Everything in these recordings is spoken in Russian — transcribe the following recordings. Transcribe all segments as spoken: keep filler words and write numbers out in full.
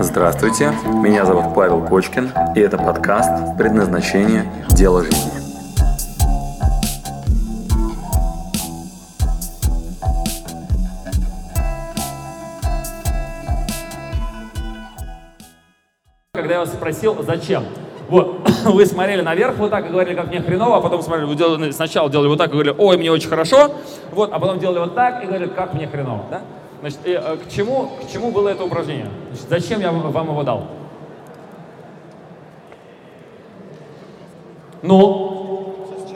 Здравствуйте, меня зовут Павел Кочкин, и это подкаст «Предназначение. Дело жизни». Когда я вас спросил, зачем? Вот, вы смотрели наверх вот так и говорили, как мне хреново, а потом смотрели, вы делали, сначала делали вот так и говорили, ой, мне очень хорошо, вот, а потом делали вот так и говорили, как мне хреново, да? Значит, и, э, к чему, к чему было это упражнение? Значит, зачем я вам его дал? Ну?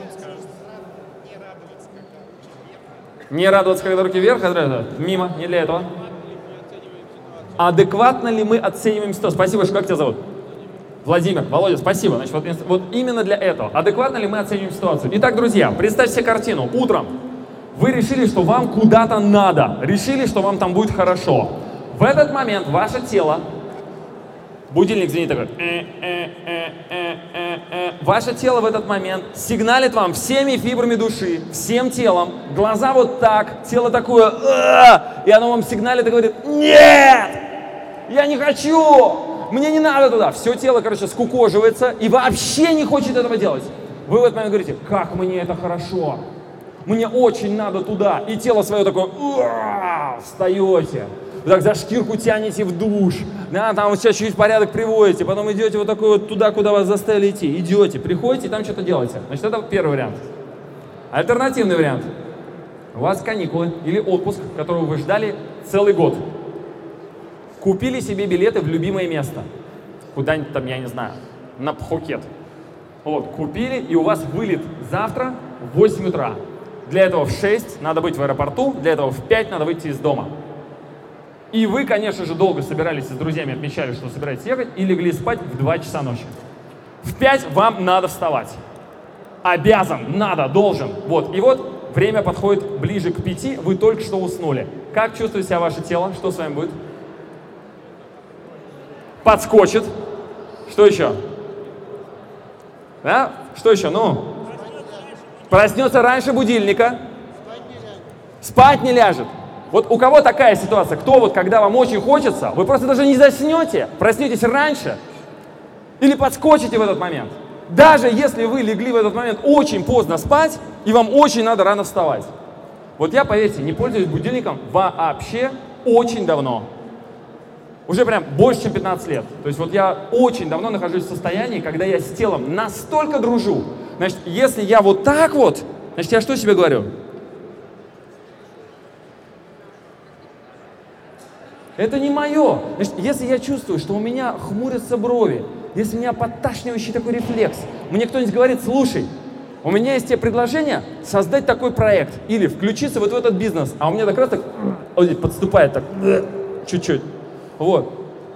Не радоваться, когда руки вверх, а мимо, не для этого. Адекватно ли мы оцениваем ситуацию? Спасибо, что как тебя зовут? Владимир, Володя, спасибо. Значит, вот, вот именно для этого. Адекватно ли мы оцениваем ситуацию? Итак, друзья, представьте себе картину. Утром вы решили, что вам куда-то надо. Решили, что вам там будет хорошо. В этот момент ваше тело, будильник звенит такой, э, э, э, э, э, э. Ваше тело в этот момент сигналит вам всеми фибрами души, всем телом, глаза вот так, тело такое, э, и оно вам сигналит и говорит, нет, я не хочу. Мне не надо туда. Все тело, короче, скукоживается и вообще не хочет этого делать. Вы в этот момент говорите, как мне это хорошо. Мне очень надо туда. И тело свое такое, встаете. Вы так за шкирку тянете в душ. Да, там вот сейчас чуть-чуть порядок приводите. Потом идете вот такой вот туда, куда вас заставили идти. Идете, приходите и там что-то делаете. Значит, это первый вариант. Альтернативный вариант. У вас каникулы или отпуск, которого вы ждали целый год. Купили себе билеты в любимое место. Куда-нибудь там, я не знаю, на Пхукет. Вот, купили, и у вас вылет завтра в восемь утра. Для этого в шесть надо быть в аэропорту, для этого в пять надо выйти из дома. И вы, конечно же, долго собирались с друзьями, отмечали, что собираетесь ехать, и легли спать в два часа ночи. В пять вам надо вставать. Обязан, надо, должен. Вот, и вот время подходит ближе к пяти, вы только что уснули. Как чувствует себя ваше тело? Что с вами будет? Подскочит. Что еще? Да? Что еще? Ну? Проснется раньше будильника. Спать не ляжет. Вот у кого такая ситуация? Кто вот, когда вам очень хочется, вы просто даже не заснете, проснетесь раньше или подскочите в этот момент. Даже если вы легли в этот момент очень поздно спать, и вам очень надо рано вставать. Вот я, поверьте, не пользуюсь будильником вообще очень давно. Уже прям больше, чем пятнадцать лет. То есть вот я очень давно нахожусь в состоянии, когда я с телом настолько дружу. Значит, если я вот так вот, значит, я что себе говорю? Это не мое. Значит, если я чувствую, что у меня хмурятся брови, если у меня подташнивающий такой рефлекс, мне кто-нибудь говорит, слушай, у меня есть тебе предложение создать такой проект или включиться вот в этот бизнес, а у меня так раз так, вот здесь подступает так, чуть-чуть. Вот.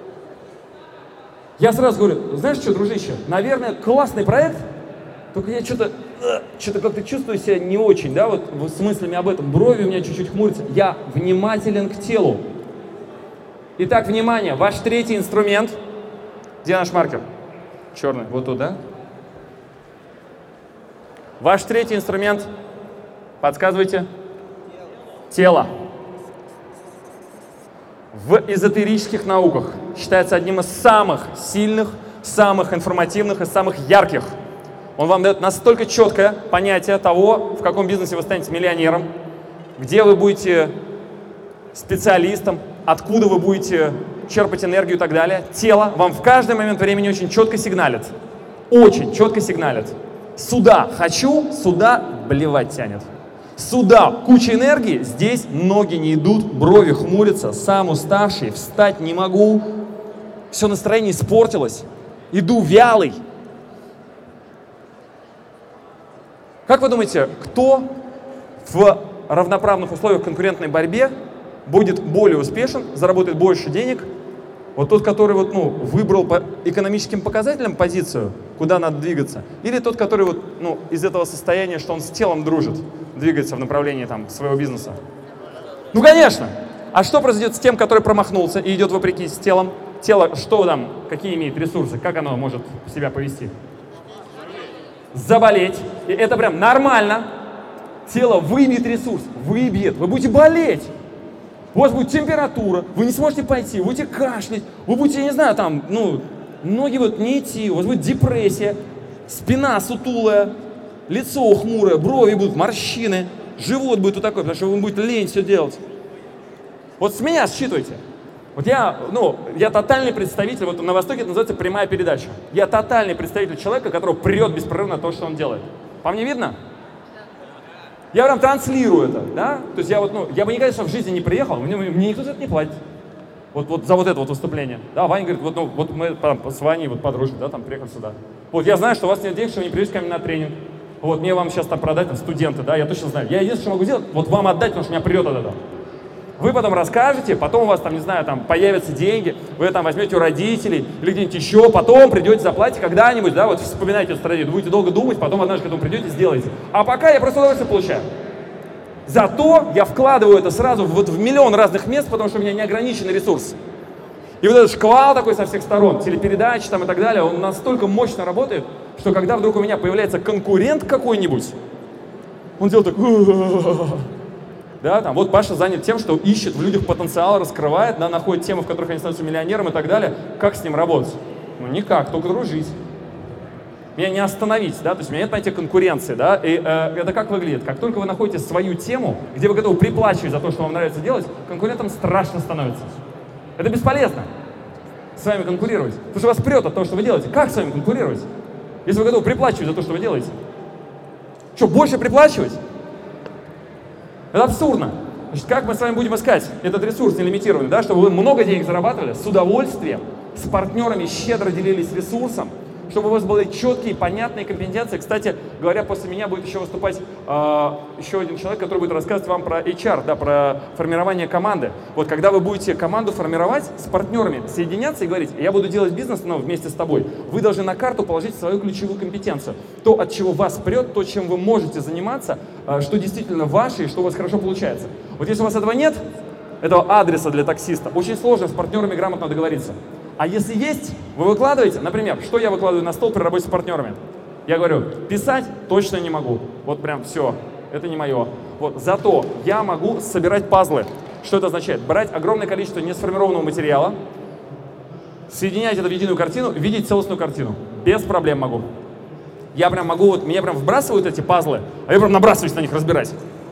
Я сразу говорю, знаешь что, дружище, наверное, классный проект, только я что-то, что-то как-то чувствую себя не очень, да, вот с мыслями об этом, брови у меня чуть-чуть хмурятся. Я внимателен к телу. Итак, внимание, ваш третий инструмент. Где наш маркер? Черный, вот тут, да? Ваш третий инструмент, подсказывайте. Тело. В эзотерических науках считается одним из самых сильных, самых информативных и самых ярких. Он вам дает настолько четкое понятие того, в каком бизнесе вы станете миллионером, где вы будете специалистом, откуда вы будете черпать энергию и так далее. Тело вам в каждый момент времени очень четко сигналит. Очень четко сигналит. Сюда хочу, сюда блевать тянет. Сюда куча энергии, здесь ноги не идут, брови хмурятся, сам уставший, встать не могу, все настроение испортилось, иду вялый. Как вы думаете, кто в равноправных условиях конкурентной борьбе будет более успешен, заработает больше денег? Вот тот, который вот, ну, выбрал по экономическим показателям позицию, куда надо двигаться, или тот, который вот, ну, из этого состояния, что он с телом дружит, двигается в направлении там, своего бизнеса? Ну, конечно! А что произойдет с тем, который промахнулся и идет вопреки с телом? Тело, что там, какие имеет ресурсы, как оно может себя повести? Заболеть. И это прям нормально. Тело выбьет ресурс, выбьет. Вы будете болеть. у вас будет температура, вы не сможете пойти, вы будете кашлять, вы будете, я не знаю, там, ну, ноги будут не идти, у вас будет депрессия, спина сутулая, лицо хмурое, брови будут морщины, живот будет вот такой, потому что вы будете лень все делать. Вот с меня считывайте. Вот я, ну, я тотальный представитель, вот на Востоке это называется прямая передача. Я тотальный представитель человека, которого прет беспрерывно то, что он делает. По мне видно? Я прям транслирую это, да? То есть я вот, ну, я бы никогда в жизни не приехал, мне, мне никто за это не платит. Вот, вот за вот это вот выступление. Да, Ваня говорит, вот, ну, вот мы там, с Ваней вот подружили, да, там приехали сюда. Вот я знаю, что у вас нет денег, что вы не придете ко мне на тренинг. Вот мне вам сейчас там продать, там, студенты, да, я точно знаю. Я единственное, что могу сделать, вот вам отдать, потому что меня прет от этого. Вы потом расскажете, потом у вас там, не знаю, там появятся деньги, вы там возьмете у родителей или где-нибудь еще, потом придете, заплатите когда-нибудь, да, вот вспоминайте эту стратегию, будете долго думать, потом однажды к этому придете, сделаете. А пока я просто удовольствие получаю. Зато я вкладываю это сразу вот в миллион разных мест, потому что у меня неограниченный ресурс. И вот этот шквал такой со всех сторон, телепередачи там и так далее, он настолько мощно работает, что когда вдруг у меня появляется конкурент какой-нибудь, он делает так... Да, там, вот Паша занят тем, что ищет в людях потенциал, раскрывает, да, находит темы, в которых они становятся миллионером и так далее. Как с ним работать? Ну никак, только дружить. Меня не остановить, да, то есть у меня нет понятия конкуренции, да, и э, это как выглядит? Как только вы находите свою тему, где вы готовы приплачивать за то, что вам нравится делать, конкурентам страшно становится. Это бесполезно с вами конкурировать, потому что вас прет от того, что вы делаете. Как с вами конкурировать, если вы готовы приплачивать за то, что вы делаете? Что, больше приплачивать? Это абсурдно. Значит, как мы с вами будем искать этот ресурс нелимитированный, да, чтобы вы много денег зарабатывали с удовольствием, с партнерами щедро делились ресурсом, чтобы у вас были четкие, понятные компетенции. Кстати говоря, после меня будет еще выступать э, еще один человек, который будет рассказывать вам про эйч ар, да, про формирование команды. Вот когда вы будете команду формировать, с партнерами соединяться и говорить, я буду делать бизнес, но вместе с тобой, вы должны на карту положить свою ключевую компетенцию. То, от чего вас прет, то, чем вы можете заниматься, э, что действительно ваше и что у вас хорошо получается. Вот если у вас этого нет, этого адреса для таксиста, очень сложно с партнерами грамотно договориться. А если есть, вы выкладываете, например, что я выкладываю на стол при работе с партнерами? Я говорю, писать точно не могу. Вот прям все, это не мое. Вот, зато я могу собирать пазлы. Что это означает? Брать огромное количество несформированного материала, соединять это в единую картину, видеть целостную картину. Без проблем могу. Я прям могу, вот меня прям вбрасывают эти пазлы, а я прям набрасываюсь на них разбирать.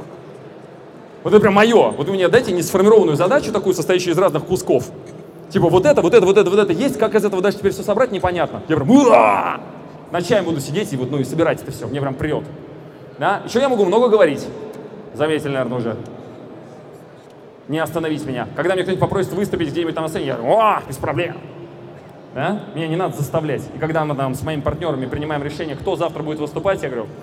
Вот это прям мое. Вот вы мне дайте несформированную задачу, такую, состоящую из разных кусков. Типа вот это, вот это, вот это, вот это есть, как из этого дальше теперь все собрать, непонятно. Я прям уа! Ночами буду сидеть и вот, ну, и собирать это все, мне прям прет. Да? Еще я могу много говорить. Заметили, наверное, уже. Не остановить меня. Когда мне кто-нибудь попросит выступить где-нибудь там на сцене, я говорю, о, без проблем. Да? Меня не надо заставлять. И когда мы там с моими партнерами принимаем решение, кто завтра будет выступать, я говорю,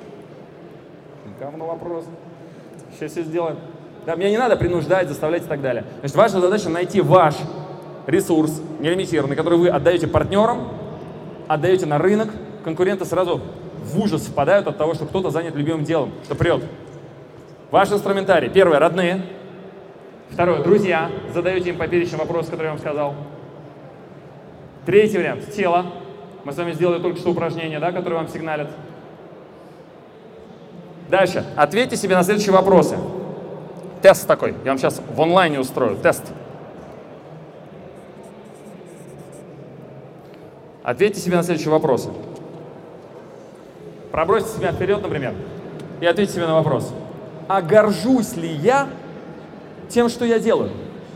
говно вопрос. Сейчас все сделаем. Да, меня не надо принуждать, заставлять и так далее. Значит, ваша задача найти ваш ресурс нелимитированный, который вы отдаете партнерам, отдаете на рынок. Конкуренты сразу в ужас впадают от того, что кто-то занят любимым делом, что прет. Ваш инструментарий. Первое, родные. Второе, друзья. Задаете им по перечню вопросов, которые я вам сказал. Третий вариант, тело. Мы с вами сделали только что упражнение, да, которое вам сигналят. Дальше. Ответьте себе на следующие вопросы. Тест такой. Я вам сейчас в онлайне устрою. Тест. Ответьте себе на следующие вопросы. Пробросьте себя вперед, например, и ответьте себе на вопрос. А горжусь ли я тем, что я делаю?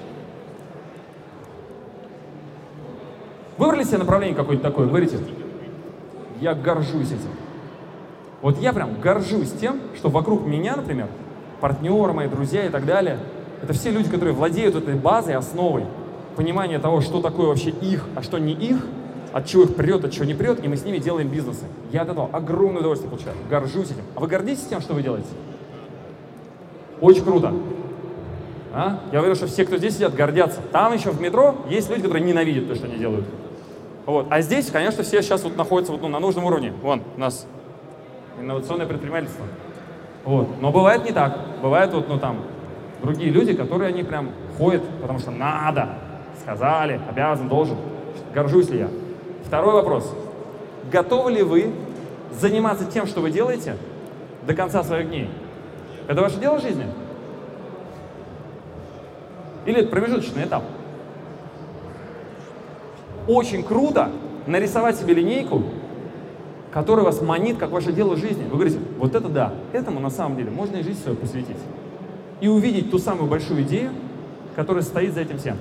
Выбрали себе направление какое-то такое, говорите, я горжусь этим. Вот я прям горжусь тем, что вокруг меня, например, партнеры, мои друзья и так далее, это все люди, которые владеют этой базой, основой, понимания того, что такое вообще их, а что не их, от чего их прет, от чего не прет, и мы с ними делаем бизнесы. Я от этого огромное удовольствие получаю, горжусь этим. А вы гордитесь тем, что вы делаете? Очень круто. А? Я уверен, что все, кто здесь сидят, гордятся. Там еще в метро есть люди, которые ненавидят то, что они делают. Вот. А здесь, конечно, все сейчас вот находятся вот, ну, на нужном уровне. Вон, у нас инновационное предпринимательство. Вот. Но бывает не так. Бывают вот, ну, там, другие люди, которые они прям ходят, потому что надо, сказали, обязан, должен. Горжусь ли я? Второй вопрос. Готовы ли вы заниматься тем, что вы делаете, до конца своих дней? Это ваше дело в жизни? Или это промежуточный этап. Очень круто нарисовать себе линейку, которая вас манит, как ваше дело жизни. Вы говорите, вот это да, этому на самом деле можно и жизнь свою посвятить. И увидеть ту самую большую идею, которая стоит за этим всем.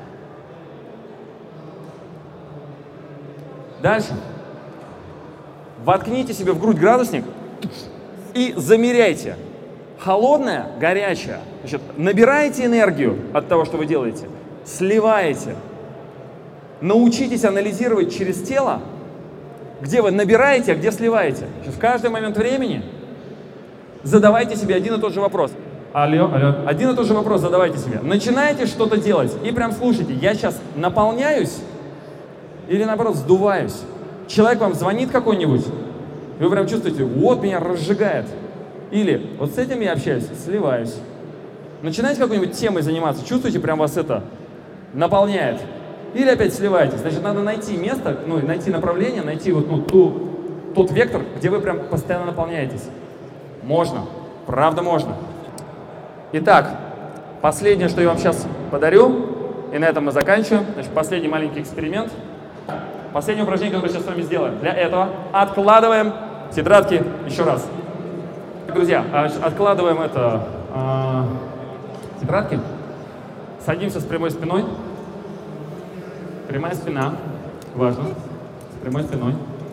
Дальше. Воткните себе в грудь градусник и замеряйте. Холодное, горячее. Значит, набираете энергию от того, что вы делаете, сливаете. Научитесь анализировать через тело, где вы набираете, а где сливаете. Значит, в каждый момент времени задавайте себе один и тот же вопрос. Алло, алло. Один и тот же вопрос задавайте себе. Начинаете что-то делать и прям слушайте, я сейчас наполняюсь или наоборот сдуваюсь. Человек вам звонит какой-нибудь, и вы прям чувствуете, вот меня разжигает. Или вот с этим я общаюсь, сливаюсь. Начинаете какой-нибудь темой заниматься, чувствуете, прям вас это наполняет. Или опять сливаетесь. Значит, надо найти место, ну, найти направление, найти вот ну, ту, тот вектор, где вы прям постоянно наполняетесь. Можно. Правда, можно. Итак, последнее, что я вам сейчас подарю, и на этом мы заканчиваем. Значит, последний маленький эксперимент. Последнее упражнение, которое сейчас с вами сделаем. Для этого откладываем тетрадки еще раз. Друзья, откладываем это э, тетрадки. Садимся с прямой спиной. Прямая спина. Важно. С прямой спиной.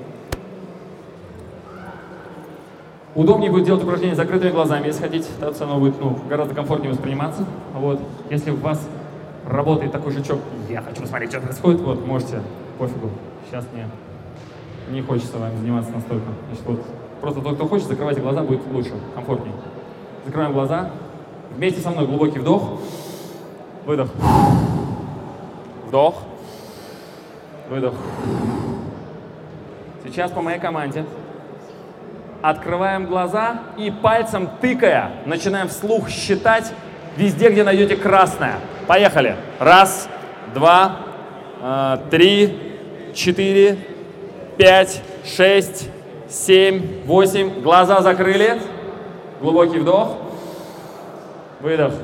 Удобнее будет делать упражнение с закрытыми глазами, если хотите. Тогда оно будет ну, гораздо комфортнее восприниматься. Вот. Если у вас работает такой жучок, я хочу посмотреть, что происходит, вот, можете, пофигу. Сейчас мне не хочется вами заниматься настолько. Значит, вот, просто тот, кто хочет, закрывайте глаза, будет лучше, комфортнее. Закрываем глаза. Вместе со мной глубокий вдох. Выдох. Вдох. Выдох. Сейчас по моей команде открываем глаза и пальцем тыкая начинаем вслух считать везде, где найдете красное. Поехали. Раз, два, э, три, четыре, пять, шесть, семь, восемь. Глаза закрыли. Глубокий вдох. Выдох.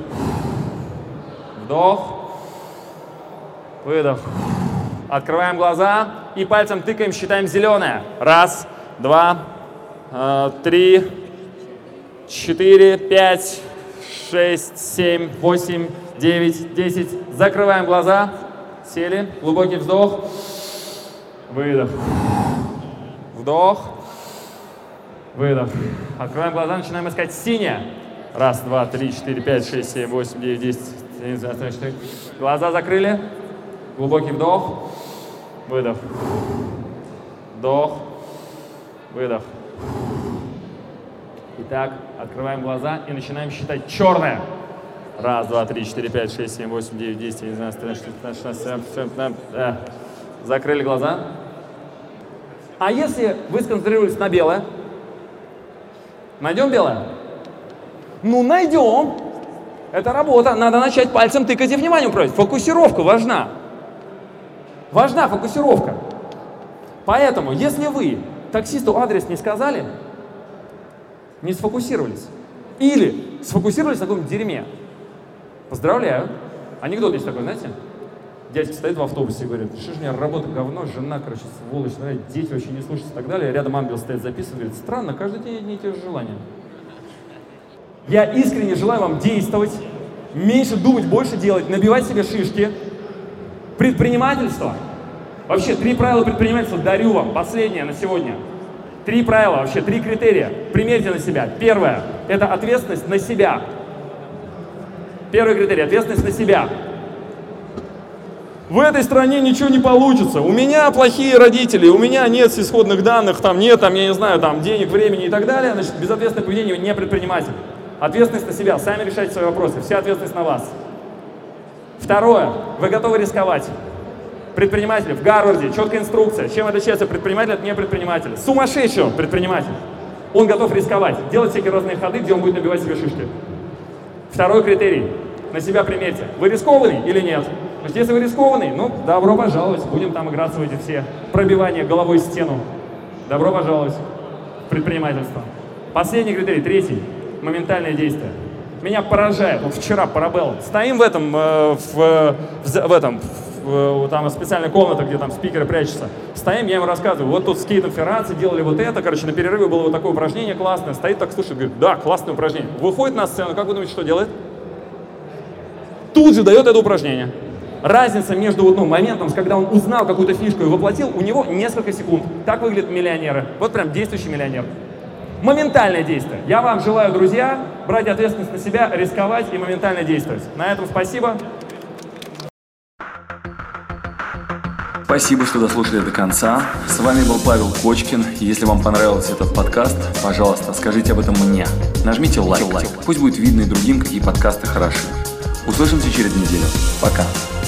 Вдох. Выдох. Открываем глаза и пальцем тыкаем, считаем зеленое. Раз, два, э, три, четыре, пять, шесть, семь, восемь, девять, десять. Закрываем глаза. Сели. Глубокий вдох. Выдох. Вдох. Выдох. Открываем глаза, начинаем искать синее. Раз, два, три, четыре, пять, шесть, семь, восемь, девять, десять. Глаза закрыли. Глубокий вдох. Выдох. Вдох. Выдох. Итак, открываем глаза и начинаем считать черное. Раз, два, три, четыре, пять, шесть, семь, восемь, девять, десять, одиннадцать, тринадцать, четырнадцать, шестнадцать, семнадцать, семнадцать. Закрыли глаза. А если вы сконцентрировались на белое? Найдем белое? Ну, найдем. Это работа. Надо начать пальцем тыкать и внимание управлять. Фокусировка важна. Важна фокусировка. Поэтому, если вы таксисту адрес не сказали, не сфокусировались, или сфокусировались на каком-то дерьме, поздравляю. Анекдот есть такой, знаете? Дядька стоит в автобусе и говорит, что же у меня работа говно, жена, короче, сволочь, дети вообще не слушаются и так далее. Рядом ангел стоит, записывает, говорит, странно, каждый день одни и те же желания. Я искренне желаю вам действовать, меньше думать, больше делать, набивать себе шишки. Предпринимательство. Вообще, три правила предпринимательства дарю вам. Последнее на сегодня. Три правила, вообще, три критерия. Примерьте на себя. Первое – это ответственность на себя. Первый критерий – ответственность на себя. В этой стране ничего не получится. У меня плохие родители, у меня нет исходных данных, там нет, там, я не знаю, там, денег, времени и так далее. Значит, безответственное поведение не предприниматель. Ответственность на себя. Сами решайте свои вопросы. Вся ответственность на вас. Второе. Вы готовы рисковать. Предприниматели в Гарварде, четкая инструкция. Чем отличается предприниматель от непредпринимателя? Сумасшедший предприниматель. Он готов рисковать, делать всякие разные ходы, где он будет набивать себе шишки. Второй критерий. На себя примерьте. Вы рискованный или нет? Значит, если вы рискованный, ну, добро пожаловать. Будем там играться в эти все пробивания головой в стену. Добро пожаловать в предпринимательство. Последний критерий, третий. Моментальное действие. меня поражает. Вот вчера Парабеллум. Стоим в этом, э, в, в, в этом, в, там специальная комната, где там спикеры прячутся. Стоим, я им рассказываю, вот тут с Кейтом Ферраци делали вот это, короче, на перерыве было вот такое упражнение классное. Стоит так, слушает, говорит, да, классное упражнение. Выходит на сцену, как вы думаете, что делает? Тут же дает это упражнение. Разница между вот, ну, моментом, когда он узнал какую-то фишку и воплотил, у него несколько секунд. Так выглядят миллионеры. Вот прям действующий миллионер. Моментальное действие. Я вам желаю, друзья, брать ответственность на себя, рисковать и моментально действовать. На этом спасибо. Спасибо, что дослушали до конца. С вами был Павел Кочкин. Если вам понравился этот подкаст, пожалуйста, скажите об этом мне. Нажмите лайк. Пусть будет видно и другим, какие подкасты хороши. Услышимся через неделю. Пока.